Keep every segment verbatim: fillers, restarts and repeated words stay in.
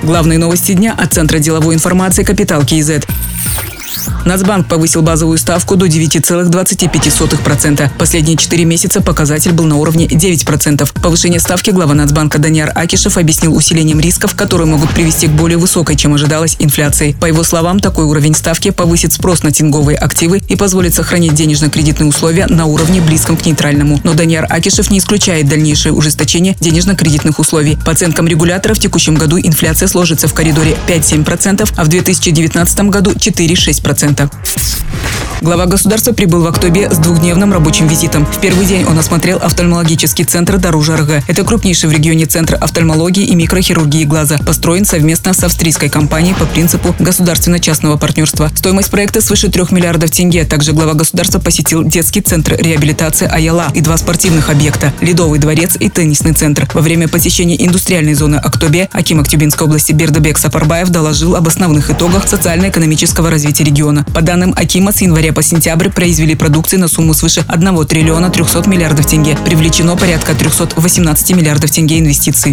Главные новости дня от Центра деловой информации «Капитал КИЗ». Нацбанк повысил базовую ставку до девяти целых двадцати пяти сотых процента. Последние четыре месяца показатель был на уровне девяти процентов. Повышение ставки глава Нацбанка Данияр Акишев объяснил усилением рисков, которые могут привести к более высокой, чем ожидалось, инфляции. По его словам, такой уровень ставки повысит спрос на тенговые активы и позволит сохранить денежно-кредитные условия на уровне близком к нейтральному. Но Данияр Акишев не исключает дальнейшее ужесточение денежно-кредитных условий. По оценкам регулятора, в текущем году инфляция сложится в коридоре пять-семь процентов, а в две тысячи девятнадцатом году четыре-шесть процентов. Глава государства прибыл в Актобе с двухдневным рабочим визитом. В первый день он осмотрел офтальмологический центр Дару-Жарга. Это крупнейший в регионе центр офтальмологии и микрохирургии глаза. Построен совместно с австрийской компанией по принципу государственно-частного партнерства. Стоимость проекта свыше трех миллиардов тенге. Также глава государства посетил детский центр реабилитации «Аяла» и два спортивных объекта – Ледовый дворец и теннисный центр. Во время посещения индустриальной зоны Актобе аким Актюбинской области Бердыбек Сапарбаев доложил об основных итогах социально-экономического развития региона. По данным акима, с января по сентябрь произвели продукции на сумму свыше одного триллиона трехсот миллиардов тенге. Привлечено порядка трехсот восемнадцати миллиардов тенге инвестиций.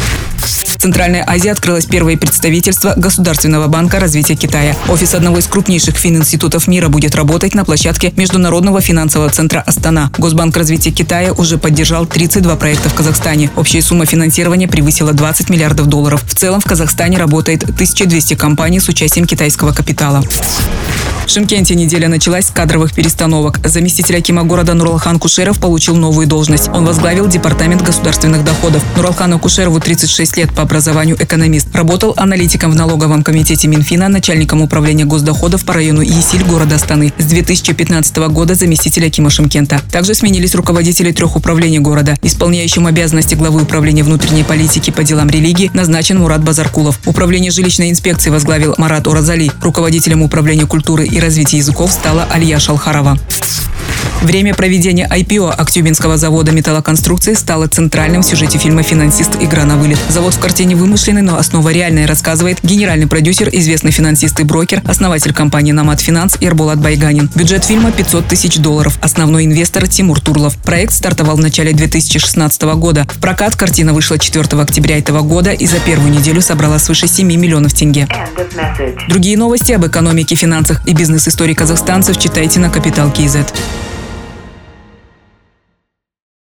В Центральной Азии открылось первое представительство Государственного банка развития Китая. Офис одного из крупнейших фининститутов мира будет работать на площадке Международного финансового центра Астана. Госбанк развития Китая уже поддержал тридцать два проекта в Казахстане. Общая сумма финансирования превысила двадцать миллиардов долларов. В целом в Казахстане работает тысяча двести компаний с участием китайского капитала. В Шымкенте неделя началась с кадровых перестановок. Заместитель акима города Нуралхан Кушеров получил новую должность. Он возглавил департамент государственных доходов. Нуралхану Кушерову тридцать шесть лет, по образованию экономист. Работал аналитиком в налоговом комитете Минфина, начальником управления госдоходов по району Есиль города Астаны. С две тысячи пятнадцатого года заместитель акима Шымкента. Также сменились руководители трех управлений города. Исполняющим обязанности главы управления внутренней политики по делам религии назначен Мурат Базаркулов. Управление жилищной инспекции возглавил Марат Оразали. Руководителем управления культуры и развития языков стала Алия Шалхарова. Время проведения ай пи о Актюбинского завода металлоконструкции стало центральным в сюжете фильма «Финансист. Игра на вылет». Завод в картине вымышленный, но основа реальная, рассказывает генеральный продюсер, известный финансист и брокер, основатель компании «Намат Финанс» Ерболат Байганин. Бюджет фильма – пятьсот тысяч долларов. Основной инвестор – Тимур Турлов. Проект стартовал в начале две тысячи шестнадцатого года. В прокат картина вышла четвёртого октября этого года и за первую неделю собрала свыше семи миллионов тенге. Другие новости об экономике, финансах и бизнес-истории казахстанцев читайте на Капитал КИЗ.